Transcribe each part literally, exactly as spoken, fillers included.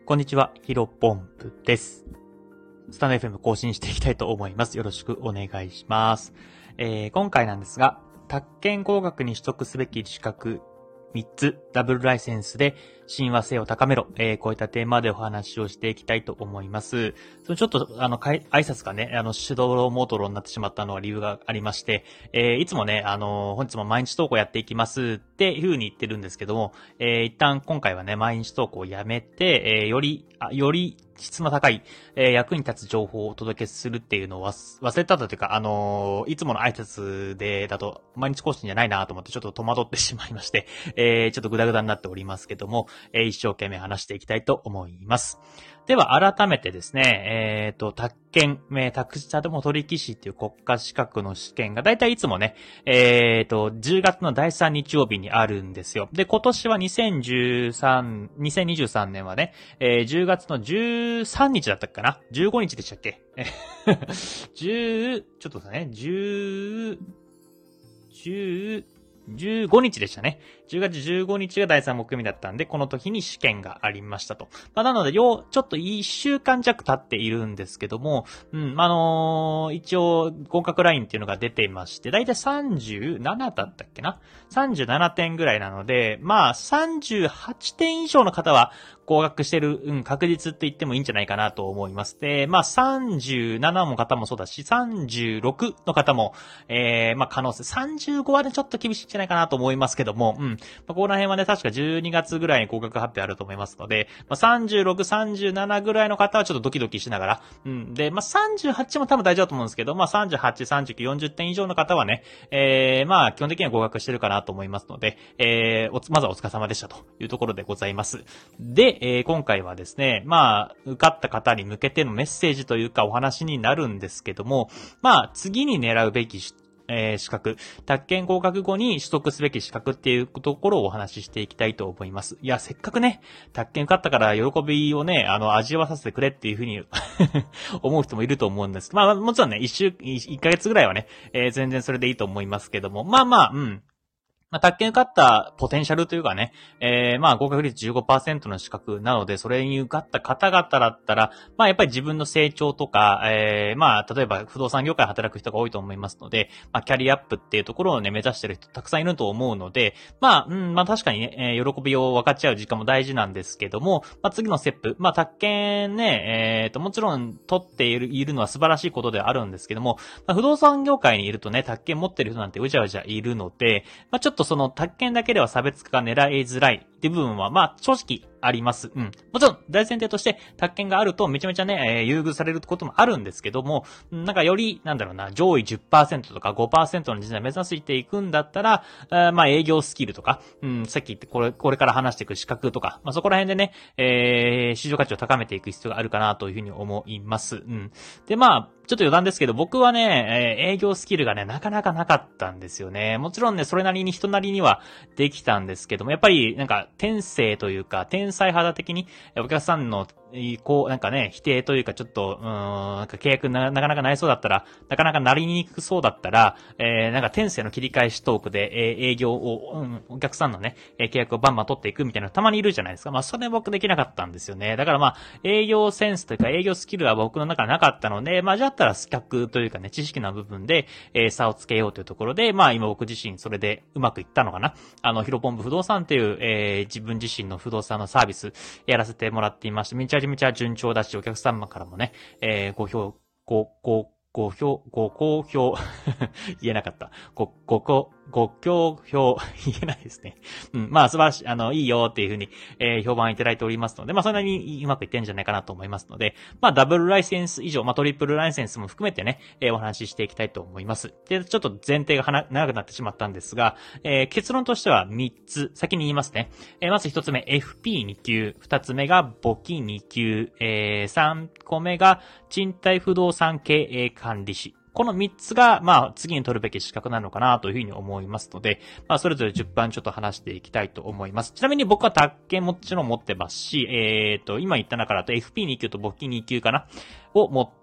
こんにちは、ヒロポンプです。スタンド エフエム 更新していきたいと思います。よろしくお願いします。えー、今回なんですが、宅建工学に取得すべき資格みっつ、ダブルライセンスで親和性を高めろ、えー、こういったテーマでお話をしていきたいと思います。そのちょっと、あの、挨拶がね、あの、手動モードロになってしまったのは理由がありまして、えー、いつもね、あの、本日も毎日投稿やっていきますっていう風に言ってるんですけども、えー、一旦今回はね、毎日投稿をやめて、えー、より、あ、より、質の高い、えー、役に立つ情報をお届けするっていうのを忘れたというか、あのー、いつもの挨拶で、だと、毎日更新じゃないなと思ってちょっと戸惑ってしまいまして、えー、ちょっとグダグダになっておりますけども、えー、一生懸命話していきたいと思います。では、改めてですね、えっと、宅建、宅地建物取引士っていう国家資格の試験が、だいたいいつもね、えっと、じゅうがつのだいさん日曜日にあるんですよ。で、今年はにせんじゅうさん、にせんにじゅうさんねんはね、えー、じゅうがつのじゅうさんにちだったっかな ?じゅうごにちでしたっけじゅう、ちょっとですね、じゅう、じゅう、じゅうごにちでしたね。じゅうがつじゅうごにちがだいさん木曜日だったんで、この時に試験がありましたと。まあ、なので、よう、ちょっといっしゅうかん弱経っているんですけども、うん、あのー、一応、合格ラインっていうのが出ていまして、だいたいさんじゅうななだったっけな ?さんじゅうななてんぐらいなので、まあ、さんじゅうはってん以上の方は、合格してる、うん、確実って言ってもいいんじゃないかなと思います。で、まあ、さんじゅうななの方もそうだし、さんじゅうろくの方も、えー、まあ、可能性、さんじゅうごはね、ちょっと厳しいんじゃないかなと思いますけども、うん。まあ、ここら辺はね、確かじゅうにがつぐらいに合格発表あると思いますので、まあ、さんじゅうろく、さんじゅうななぐらいの方はちょっとドキドキしながら、うん。で、まあ、さんじゅうはちも多分大丈夫だと思うんですけど、まあ、さんじゅうはち、さんじゅうきゅう、よんじゅってん以上の方はね、えー、まあ、基本的には合格してるかなと思いますので、えー、おつ、まずはお疲れ様でしたというところでございます。で、えー、今回はですね、まあ、受かった方に向けてのメッセージというかお話になるんですけども、まあ、次に狙うべきえー、資格、宅建合格後に取得すべき資格っていうところをお話ししていきたいと思います。いや、せっかくね、宅建受かったから喜びをね、あの、味わわせてくれっていうふうに思う人もいると思うんです。まあ、もちろんね、一週、一ヶ月ぐらいはね、えー、全然それでいいと思いますけども、まあまあ、うん。まあ、宅建受かったポテンシャルというかね、えー、まあ、合格率 じゅうごパーセント の資格なので、それに受かった方々だったら、まあ、やっぱり自分の成長とか、えー、まあ、例えば不動産業界で働く人が多いと思いますので、まあ、キャリアアップっていうところをね、目指してる人たくさんいると思うので、まあ、うん、まあ、確かにね、えー、喜びを分かち合う時間も大事なんですけども、まあ、次のステップ、まあ、宅建ね、えーと、もちろん取っている、いるのは素晴らしいことではあるんですけども、まあ、不動産業界にいるとね、宅建持ってる人なんてうじゃうじゃいるので、まあ、ちょっとその宅建だけでは差別化が狙いづらいっていう部分は、まあ、正直あります。うん。もちろん、大前提として、宅建があるとめちゃめちゃね、えー、優遇されることもあるんですけども、なんかより、なんだろうな、上位 じゅっパーセント とか ごパーセント の人材を目指していくんだったら、あまあ、営業スキルとか、うん、さっき言ってこれ、これから話していく資格とか、まあ、そこら辺でね、えー、市場価値を高めていく必要があるかなというふうに思います。うん。で、まあ、ちょっと余談ですけど、僕はね、えー、営業スキルがね、なかなかなかったんですよね。もちろんね、それなりに人なりにはできたんですけども、やっぱり、なんか、天性というか、天才肌的に、お客さんの、こう、なんかね、否定というか、ちょっと、うーん、なんか契約な、なかなかなりそうだったら、なかなかなりにくそうだったら、えー、なんか天性の切り返しトークで、えー、営業を、うん、お客さんのね、契約をバンバン取っていくみたいなのたまにいるじゃないですか。まあ、それ僕できなかったんですよね。だからまあ、営業センスというか、営業スキルは僕の中になかったので、まあ、じゃあったら資格というかね、知識の部分で、えー、差をつけようというところで、まあ、今僕自身それでうまくいったのかな。あの、ヒロポンプ不動産っていう、えー、自分自身の不動産のサービスやらせてもらっていまして、めちゃめちゃ順調だし、お客様からもね、えー、ご評、ご、ご、ご評、ご好評、言えなかった。ご、ご、ご、ご好評、言えないですね。うん、まあ素晴らしい、あの、いいよっていうふうに、えー、評判いただいておりますので、まあそんなにうまくいってんじゃないかなと思いますので、まあダブルライセンス以上、まあトリプルライセンスも含めてね、えー、お話ししていきたいと思います。で、ちょっと前提がはな長くなってしまったんですが、えー、結論としてはみっつ、先に言いますね。えー、まずひとつめ、エフピーに 級、ふたつめが簿記に級、えー、さんこめが賃貸不動産経営管理士。このみっつが、まあ、次に取るべき資格なのかなというふうに思いますので、まあ、それぞれ順番ちょっと話していきたいと思います。ちなみに僕は宅建もちろん持ってますし、えっと、今言った中だと エフピーに 級と簿記に級かなを持って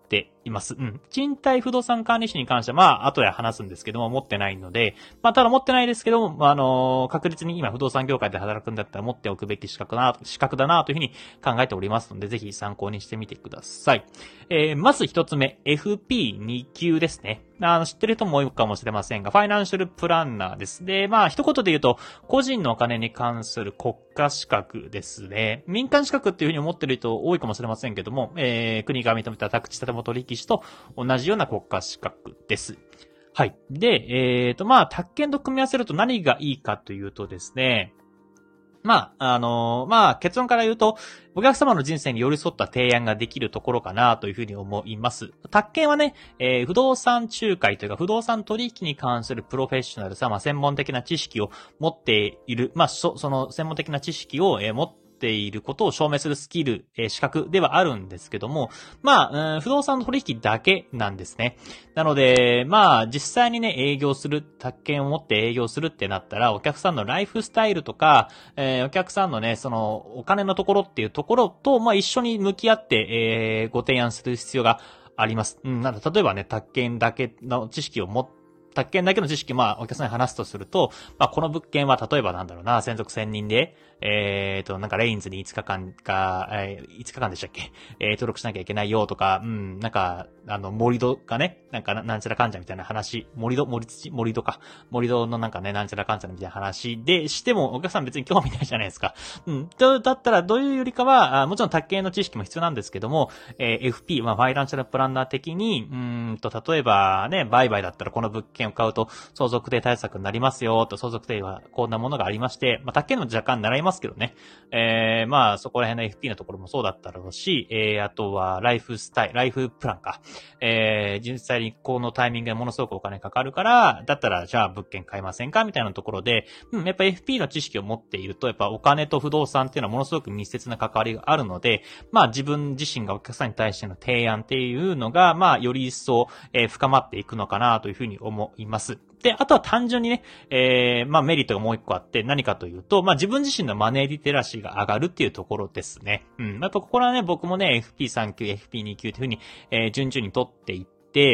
います。うん。賃貸不動産管理士に関しては、まあ、後で話すんですけども、持ってないので、まあ、ただ持ってないですけども、あのー、確実に今不動産業界で働くんだったら持っておくべき資格な、資格だなというふうに考えておりますので、ぜひ参考にしてみてください。えー、まず一つ目、エフピーに 級ですね。あの、知ってる人も多いかもしれませんが、ファイナンシャルプランナーです。で、まあ、一言で言うと、個人のお金に関する国家資格ですね。民間資格っていうふうに思ってる人多いかもしれませんけども、えー、国が認めた宅地建物取引士と同じような国家資格です。はい。で、えーと、まあ、宅建と組み合わせると何がいいかというとですね、まあ、あのー、まあ、結論から言うと、お客様の人生に寄り添った提案ができるところかなというふうに思います。宅建はね、えー、不動産仲介というか、不動産取引に関するプロフェッショナルさ、まあ、専門的な知識を持っている、まあ、そ、その専門的な知識を、えー、持ってていることを証明するスキル、えー、資格ではあるんですけども、まあ、うん、不動産取引だけなんですね。なので、まあ、実際にね、営業する、宅建を持って営業するってなったら、お客さんのライフスタイルとか、えー、お客さんのね、その、お金のところっていうところと、まあ、一緒に向き合って、えー、ご提案する必要があります。うん、なんだ、例えばね、宅建だけの知識を持って、宅建だけの知識、まあ、お客さんに話すとすると、まあ、この物件は、例えばなんだろうな、専属専任で、えーと、なんか、レインズにいつかかんか、えー、いつかかんでしたっけえー、登録しなきゃいけないよとか、うん、なんか、あの、盛り土がね、なんか、なんちゃらかんちゃみたいな話、盛り土、盛り土、盛り土か、盛り土のなんかね、なんちゃらかんちゃらみたいな話でしても、お客さん別に興味ないじゃないですか。うん、だったら、どういうよりかは、あもちろん宅建の知識も必要なんですけども、えー、エフピー、まあ、ファイナンシャルプランナー的に、うーんと、例えばね、売買だったらこの物件を買うと、相続税対策になりますよ、と、相続税はこんなものがありまして、まあ、宅建の若干習いますけどね。えー、まあ、そこら辺の エフピー のところもそうだったろうし、えー、あとは、ライフスタイル、ライフプランか。えー、実際にこのタイミングでものすごくお金かかるから、だったら、じゃあ物件買いませんかみたいなところで、うん、やっぱ エフピー の知識を持っていると、やっぱお金と不動産っていうのはものすごく密接な関わりがあるので、まあ、自分自身がお客さんに対しての提案っていうのが、まあ、より一層、えー、深まっていくのかなというふうに思います。で、あとは単純にね、えー、まあメリットがもう一個あって何かというと、まあ自分自身のマネーリテラシーが上がるっていうところですね。うん。やっぱここはね、僕もね、エフピーさん 級、エフピーに 級というふうに、えー、順々に取っていって、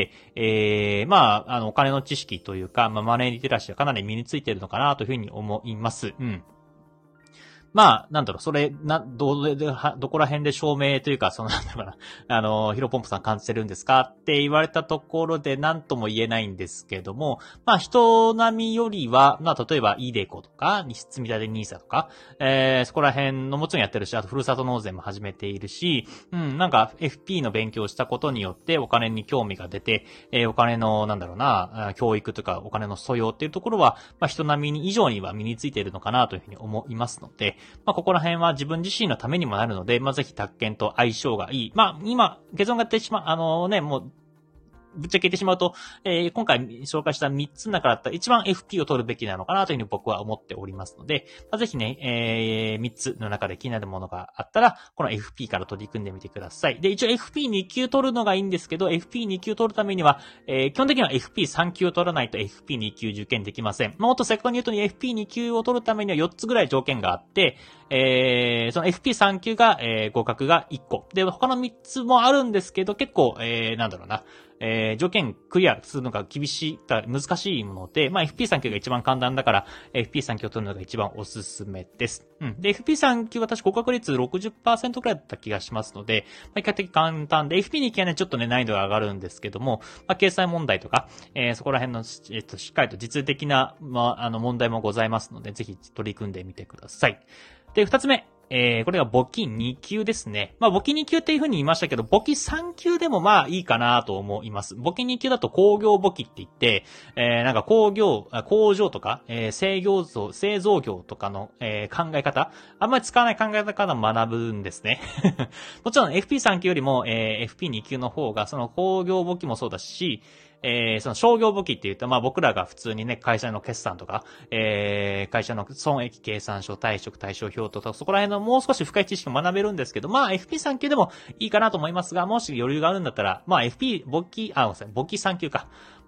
えー、まあ、あの、お金の知識というか、まあマネーリテラシーがかなり身についているのかなというふうに思います。うん。まあ、なんだろう、それ、な、どうで、どこら辺で証明というか、その、なんだろうな、あの、ヒロポンプさん感じてるんですかって言われたところで何とも言えないんですけども、まあ、人並みよりは、まあ、例えば、イデコとか、積み立てニーサとか、えー、そこら辺のもちろんやってるし、あと、ふるさと納税も始めているし、うん、なんか、エフピー の勉強をしたことによって、お金に興味が出て、えー、お金の、なんだろうな、教育とか、お金の素養っていうところは、まあ、人並みに以上には身についているのかなというふうに思いますので、まあ、ここら辺は自分自身のためにもなるので、まあ、ぜひ宅建と相性がいい。まあ、今、結論が出てしまう、あのね、もう、ぶっちゃけ言ってしまうと、えー、今回紹介したみっつの中だったら一番 エフピー を取るべきなのかなというふうに僕は思っておりますので、まあ、ぜひね、えー、みっつの中で気になるものがあったら、この エフピー から取り組んでみてください。で、一応 エフピーに 級取るのがいいんですけど、エフピーに 級取るためには、えー、基本的には エフピーさん 級を取らないと エフピーに 級受験できません。まあ、もっと正確に言うと エフピーに 級を取るためにはよっつぐらい条件があって、えー、その エフピーさん 級が、えー、合格がいっこ。で、他のみっつもあるんですけど、結構、えー、なんだろうな。えー、条件クリアするのが厳しい、難しいもので、まあ エフピーさん 級が一番簡単だから、エフピーさん 級を取るのが一番おすすめです。うん。で、エフピーさん 級は確か合格率 ろくじゅっパーセント くらいだった気がしますので、まあ、比較的簡単で、エフピーに 級はね、ちょっとね、難易度が上がるんですけども、まあ、掲載問題とか、えー、そこら辺の、えっと、しっかりと実的な、まあ、あの、問題もございますので、ぜひ取り組んでみてください。で、二つ目。えー、これが簿記に級ですね。まあ、簿記に級っていう風に言いましたけど、簿記さん級でもまあいいかなと思います。簿記に級だと工業簿記って言って、えー、なんか工業、工場とか、えー、製業像、製造業とかの、えー、考え方、あんまり使わない考え方を学ぶんですね。もちろん エフピーさん 級よりも、えー、エフピーに 級の方が、その工業簿記もそうだし、えー、その商業簿記って言うと、まあ僕らが普通にね、会社の決算とか、えー、会社の損益計算書、退職対照表とか、そこら辺のもう少し深い知識を学べるんですけど、まあ エフピーさん 級でもいいかなと思いますが、もし余裕があるんだったら、まあ エフピー、簿記、あ、ごめんなさい、簿記さん級か。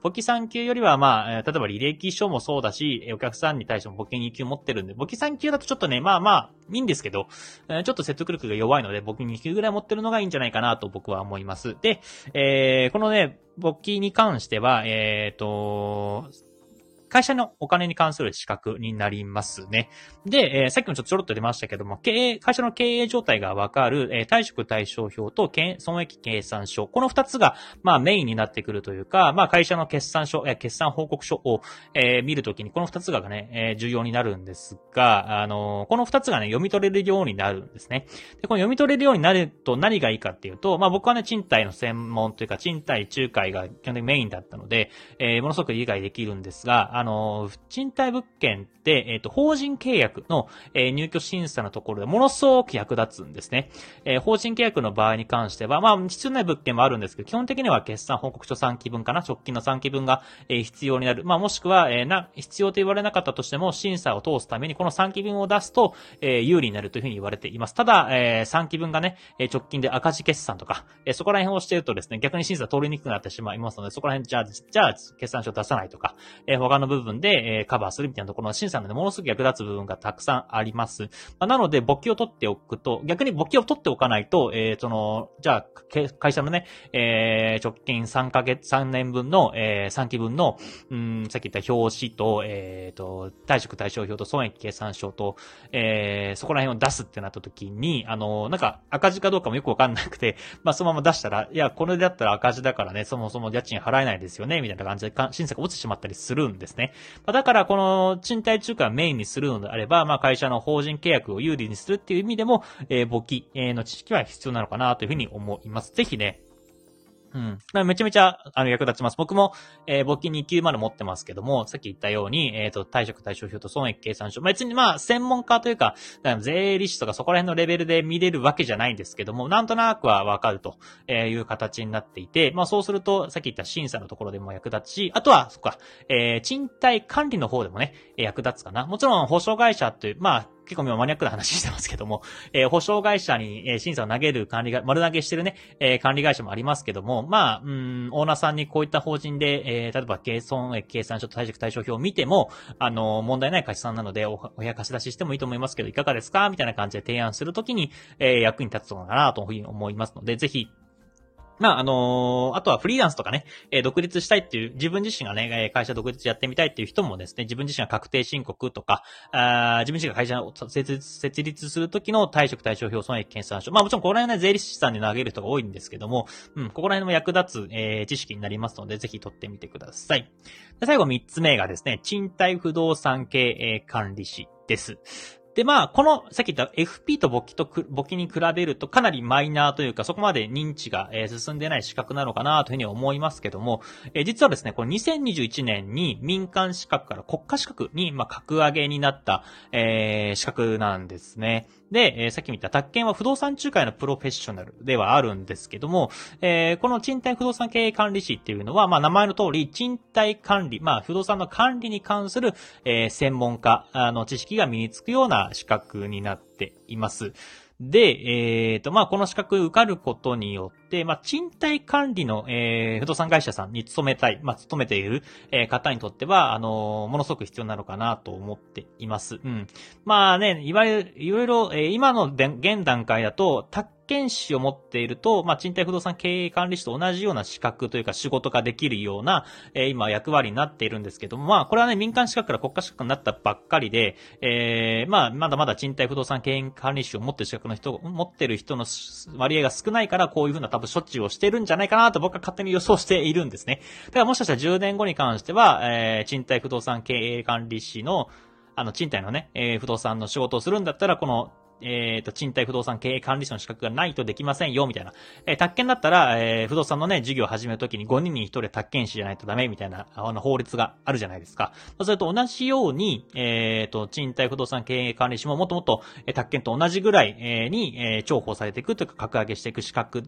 簿記さん級よりは、まあ、例えば履歴書もそうだし、お客さんに対しても簿記に級持ってるんで、簿記さん級だとちょっとね、まあまあ、いいんですけど、ちょっと説得力が弱いので、簿記に級ぐらい持ってるのがいいんじゃないかなと僕は思います。で、えー、このね、簿記に関しては、えっと、会社のお金に関する資格になりますね。で、えー、さっきもちょっとちょろっと出ましたけども、経営、会社の経営状態がわかる、えー、退職対照表と損益計算書。この二つが、まあメインになってくるというか、まあ会社の決算書、えー、決算報告書を、えー、見るときにこの二つがね、えー、重要になるんですが、あのー、この二つがね、読み取れるようになるんですね。で、この読み取れるようになると何がいいかっていうと、まあ僕はね、賃貸の専門というか、賃貸仲介が基本的にメインだったので、えー、ものすごく理解できるんですが、あのー、賃貸物件って、えっと、法人契約の、えー、入居審査のところでものすごく役立つんですね。えー、法人契約の場合に関しては、まあ、必要ない物件もあるんですけど、基本的には決算報告書さんきぶんかな、直近のさんきぶんが、えー、必要になる。まあ、もしくは、えー、な、必要と言われなかったとしても、審査を通すためにこのさんきぶんを出すと、えー、有利になるというふうに言われています。ただ、えー、さんきぶんがね、直近で赤字決算とか、えー、そこら辺をしているとですね、逆に審査通りにくくなってしまいますので、そこら辺、じゃあ、じゃあ、決算書出さないとか、えー、他の部分で、えー、カバーするみたいなところの審査のでものすごく役立つ部分がたくさんあります。まあ、なので、簿記を取っておくと、逆に簿記を取っておかないと、えー、その、じゃあ、会社のね、えー、直近さんかげつ、さんねんぶんの、えー、さんきぶんの、うん、さっき言った表紙と、えー、と、退職対照表と損益計算書と、えー、そこら辺を出すってなった時に、あの、なんか赤字かどうかもよくわかんなくて、まあ、そのまま出したら、いや、これだったら赤字だからね、そもそも家賃払えないですよね、みたいな感じで審査が落ちてしまったりするんですね。まあ、だから、この賃貸仲介をメインにするのであれば、まあ、会社の法人契約を有利にするっていう意味でも、えー、簿記の知識は必要なのかなというふうに思います。ぜひね、うん。めちゃめちゃ、あの、役立ちます。僕も、えー、簿記に級まで持ってますけども、さっき言ったように、えっと、退職対照表と損益計算書。別にまあ、専門家というか、税理士とかそこら辺のレベルで見れるわけじゃないんですけども、なんとなくはわかるという形になっていて、まあ、そうすると、さっき言った審査のところでも役立つし、あとは、そっか、えー、賃貸管理の方でもね、役立つかな。もちろん、保証会社という、まあ、結構今マニアックな話してますけども、えー、保証会社に、えー、審査を投げる管理が、丸投げしてるね、えー、管理会社もありますけども、まあ、うん、オーナーさんにこういった法人で、えー、例えば、計損益計算書と退職対照表を見ても、あのー、問題ない会社さんなので、お、お部屋貸し出ししてもいいと思いますけど、いかがですかみたいな感じで提案するときに、えー、役に立つのかなというふうに思いますので、ぜひ、まあ、あのー、あとはフリーランスとかね、えー、独立したいっていう、自分自身がね、会社独立やってみたいっていう人もですね、自分自身が確定申告とか、あ自分自身が会社を設立、設立するときの退職対照表損益計算書。まあもちろんここら辺はね、税理士さんに投げる人が多いんですけども、うん、ここら辺も役立つ、えー、知識になりますので、ぜひ取ってみてください。で最後三つ目がですね、賃貸不動産経営管理士です。で、まあ、この、さっき言った エフピー と簿記と、簿記に比べるとかなりマイナーというか、そこまで認知が、えー、進んでない資格なのかなというふうに思いますけども、えー、実はですね、これにせんにじゅういちねんに民間資格から国家資格に、まあ、格上げになった、えー、資格なんですね。で、えー、さっき見た宅建は不動産仲介のプロフェッショナルではあるんですけども、えー、この賃貸不動産経営管理士っていうのは、まあ、名前の通り、賃貸管理、まあ、不動産の管理に関する、えー、専門家の知識が身につくような資格になっています。で、えっと、まあ、この資格受かることによって、まあ、賃貸管理の、えー、不動産会社さんに勤めたい、まあ、勤めている、えー、方にとっては、あのー、ものすごく必要なのかなと思っています。うん。まあね、いわゆる、いろいろ、えー、今ので現段階だと、宅建士を持っていると、まあ、賃貸不動産経営管理士と同じような資格というか仕事ができるような、えー、今役割になっているんですけども、まあ、これはね、民間資格から国家資格になったばっかりで、えー、まあ、まだまだ賃貸不動産経営管理士を持っている資格の人、持っている人の割合が少ないから、こういうふうな多分処置をしてるんじゃないかなと僕は勝手に予想しているんですね。だからもしかしたらじゅうねんごに関しては、えー、賃貸不動産経営管理士の、あの、賃貸のね、えー、不動産の仕事をするんだったら、この、えっと、賃貸不動産経営管理士の資格がないとできませんよ、みたいな。えー、宅建だったら、えー、不動産のね、事業を始めるときにごにんにひとり宅建士じゃないとダメ、みたいな、あの、法律があるじゃないですか。それと同じように、えっと、賃貸不動産経営管理士ももっともっと、えー、宅建と同じぐらい、えー、に、えー、重宝されていくというか、格上げしていく資格だ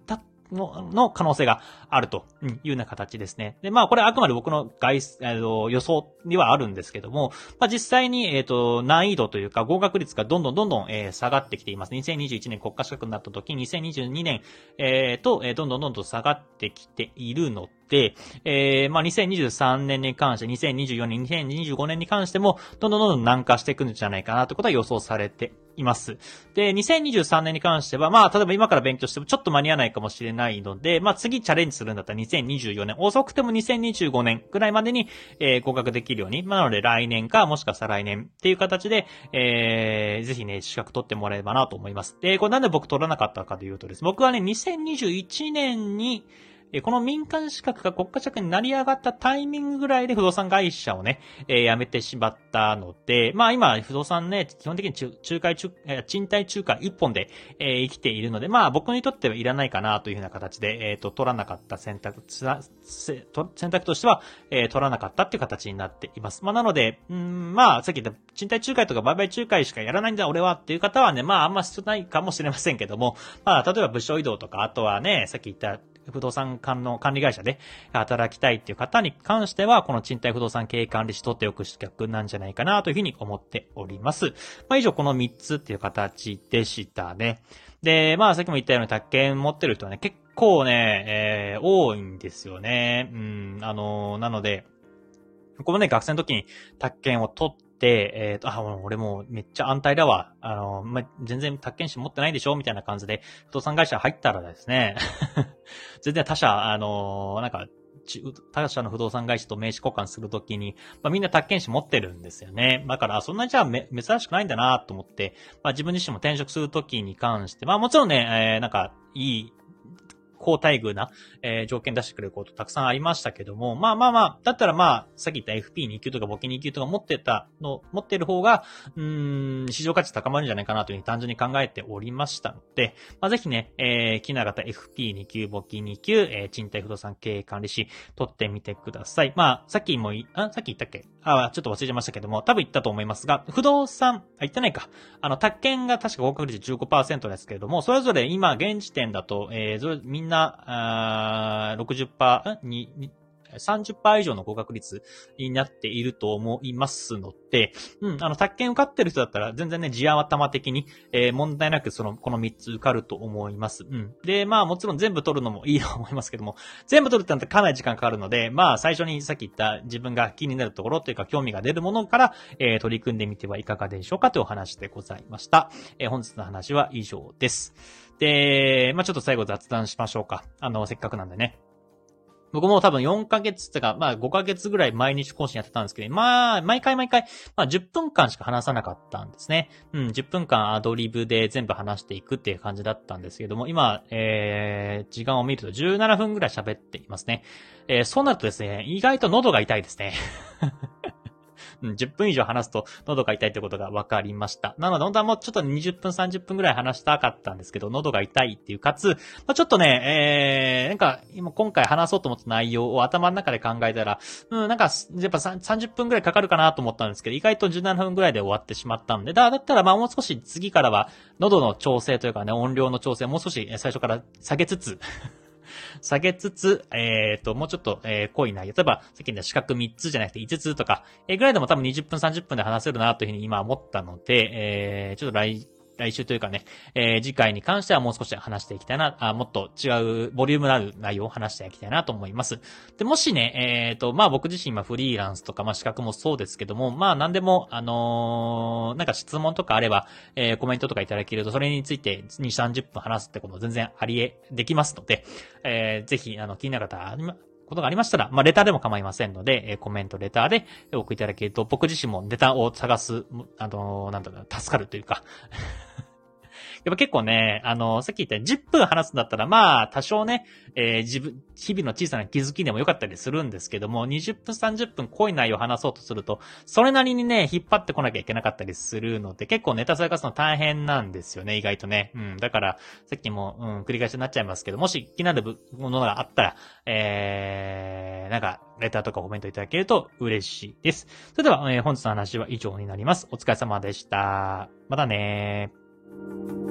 の、の可能性があるというような形ですね。で、まあこれあくまで僕の外、えっと、予想にはあるんですけども、まあ実際に、えっと、難易度というか合格率がどんどんどんどん、えー、下がってきています。にせんにじゅういちねん国家資格になった時、にせんにじゅうにねん、えー、と、えー、どんどんどんどん下がってきているので、えー、まあにせんにじゅうさんねんに関して、にせんにじゅうよねん、にせんにじゅうごねんに関しても、どんどんどんどん軟化していくんじゃないかなということは予想されています。で、にせんにじゅうさんねんに関しては、まあ、例えば今から勉強してもちょっと間に合わないかもしれないので、まあ次チャレンジするんだったらにせんにじゅうよねん、遅くてもにせんにじゅうごねんぐらいまでに、えー、合格できるように、まあなので来年か、もしくは再来年っていう形で、えー、ぜひね、資格取ってもらえればなと思います。で、これなんで僕取らなかったかというとですね、僕はね、にせんにじゅういちねんに、この民間資格が国家資格になり上がったタイミングぐらいで不動産会社をね、えー、辞めてしまったので、まあ今、不動産ね、基本的に仲介、賃貸仲介一本で、えー、生きているので、まあ僕にとってはいらないかなというふうな形で、えっと、取らなかった選択、選択としては、えー、取らなかったっていう形になっています。まあなので、うん、まあさっき言った賃貸仲介とか売買仲介しかやらないんだ俺はっていう方はね、まああんま必要ないかもしれませんけども、まあ例えば部署移動とか、あとはね、さっき言った不動産管の管理会社で働きたいっていう方に関しては、この賃貸不動産経営管理士取っておく資格なんじゃないかなというふうに思っております。まあ以上このみっつっていう形でしたね。で、まあさっきも言ったように宅建持ってる人はね、結構ね、えー、多いんですよね。うん、あのー、なので、このね、学生の時に宅建を取って、で、えっと、あ、俺もうめっちゃ安泰だわ。あの、ま、全然宅建士持ってないでしょみたいな感じで、不動産会社入ったらですね、全然他社、あの、なんか、他社の不動産会社と名刺交換するときに、まあ、みんな宅建士持ってるんですよね。だから、そんなじゃあめ、珍しくないんだなと思って、まあ、自分自身も転職するときに関して、まあ、もちろんね、えー、なんか、いい、高待遇な、えー、条件出してくれることたくさんありましたけども、まあまあまあ、だったらまあ、さっき言った エフピーに 級とか簿記に級とか持ってたの、持ってる方が、うーん、市場価値高まるんじゃないかなというふうに単純に考えておりましたので、まあぜひね、えー、気になる方 エフピーに 級、簿記に級、えー、賃貸不動産経営管理士、取ってみてください。まあ、さっきもい、あ、さっき言ったっけあ、ちょっと忘れちゃいましたけども、多分言ったと思いますが、不動産、あ、言ってないか。あの、宅建が確か合格率 じゅうごパーセント ですけれども、それぞれ今、現時点だと、えー、それみんな、あ ろくじゅっパーセント、に、さんじゅっパーセント 以上の合格率になっていると思いますので、うん、あの、宅建受かってる人だったら全然ね、地頭的に、えー、問題なくその、このみっつ受かると思います。うん。で、まあもちろん全部取るのもいいと思いますけども、全部取るってなったらかなり時間かかるので、まあ最初にさっき言った自分が気になるところというか興味が出るものから、えー、取り組んでみてはいかがでしょうかというお話でございました。えー、本日の話は以上です。で、まあちょっと最後雑談しましょうか。あの、せっかくなんでね。僕も多分よんかげつとか、まあごかげつぐらい毎日更新やってたんですけど、まあ、毎回毎回、まあじゅっぷんかんしか話さなかったんですね。うん、じゅっぷんかんアドリブで全部話していくっていう感じだったんですけども、今、えー、時間を見るとじゅうななふんぐらい喋っていますね。えー、そうなるとですね、意外と喉が痛いですね。うん、じゅっぷん以上話すと喉が痛いってことが分かりました。なので本当はもうちょっとにじゅっぷんさんじゅっぷんぐらい話したかったんですけど、喉が痛いっていうかつ、まあ、ちょっとね、えー、なんか今今回話そうと思った内容を頭の中で考えたら、うん、なんかやっぱさんじゅっぷんぐらいかかるかなと思ったんですけど、意外とじゅうななふんぐらいで終わってしまったんで、だだったらまあもう少し次からは喉の調整というかね、音量の調整もう少し最初から下げつつ、下げつつ、えっと、もうちょっと、えー、濃い内容。例えば、さっき言った四角みっつじゃなくていつつとか、えー、ぐらいでも多分にじゅっぷんさんじゅっぷんで話せるなというふうに今思ったので、えー、ちょっと来、来週というかね、えー、次回に関してはもう少し話していきたいな、あ、もっと違う、ボリュームのある内容を話していきたいなと思います。で、もしね、えっと、まあ僕自身今フリーランスとか、まあ資格もそうですけども、まあ何でも、あのー、なんか質問とかあれば、えー、コメントとかいただけると、それについてに、さんじゅっぷん話すってことも全然ありえ、できますので、えー、ぜひ、あの、気になる方、ことがありましたら、まあ、レターでも構いませんので、えー、コメント、レターでお送りいただけると、僕自身もレターを探す、あのー、なんだろう、助かるというか、やっぱ結構ね、あの、さっき言ったじゅっぷん話すんだったら、まあ、多少ね、えー、自分、日々の小さな気づきでもよかったりするんですけども、にじゅっぷん、さんじゅっぷん濃い内容を話そうとすると、それなりにね、引っ張ってこなきゃいけなかったりするので、結構ネタ探すの大変なんですよね、意外とね。うん、だから、さっきも、うん、繰り返しになっちゃいますけど、もし気になるものがあったら、えー、なんか、レターとかコメントいただけると嬉しいです。それでは、えー、本日の話は以上になります。お疲れ様でした。またねー。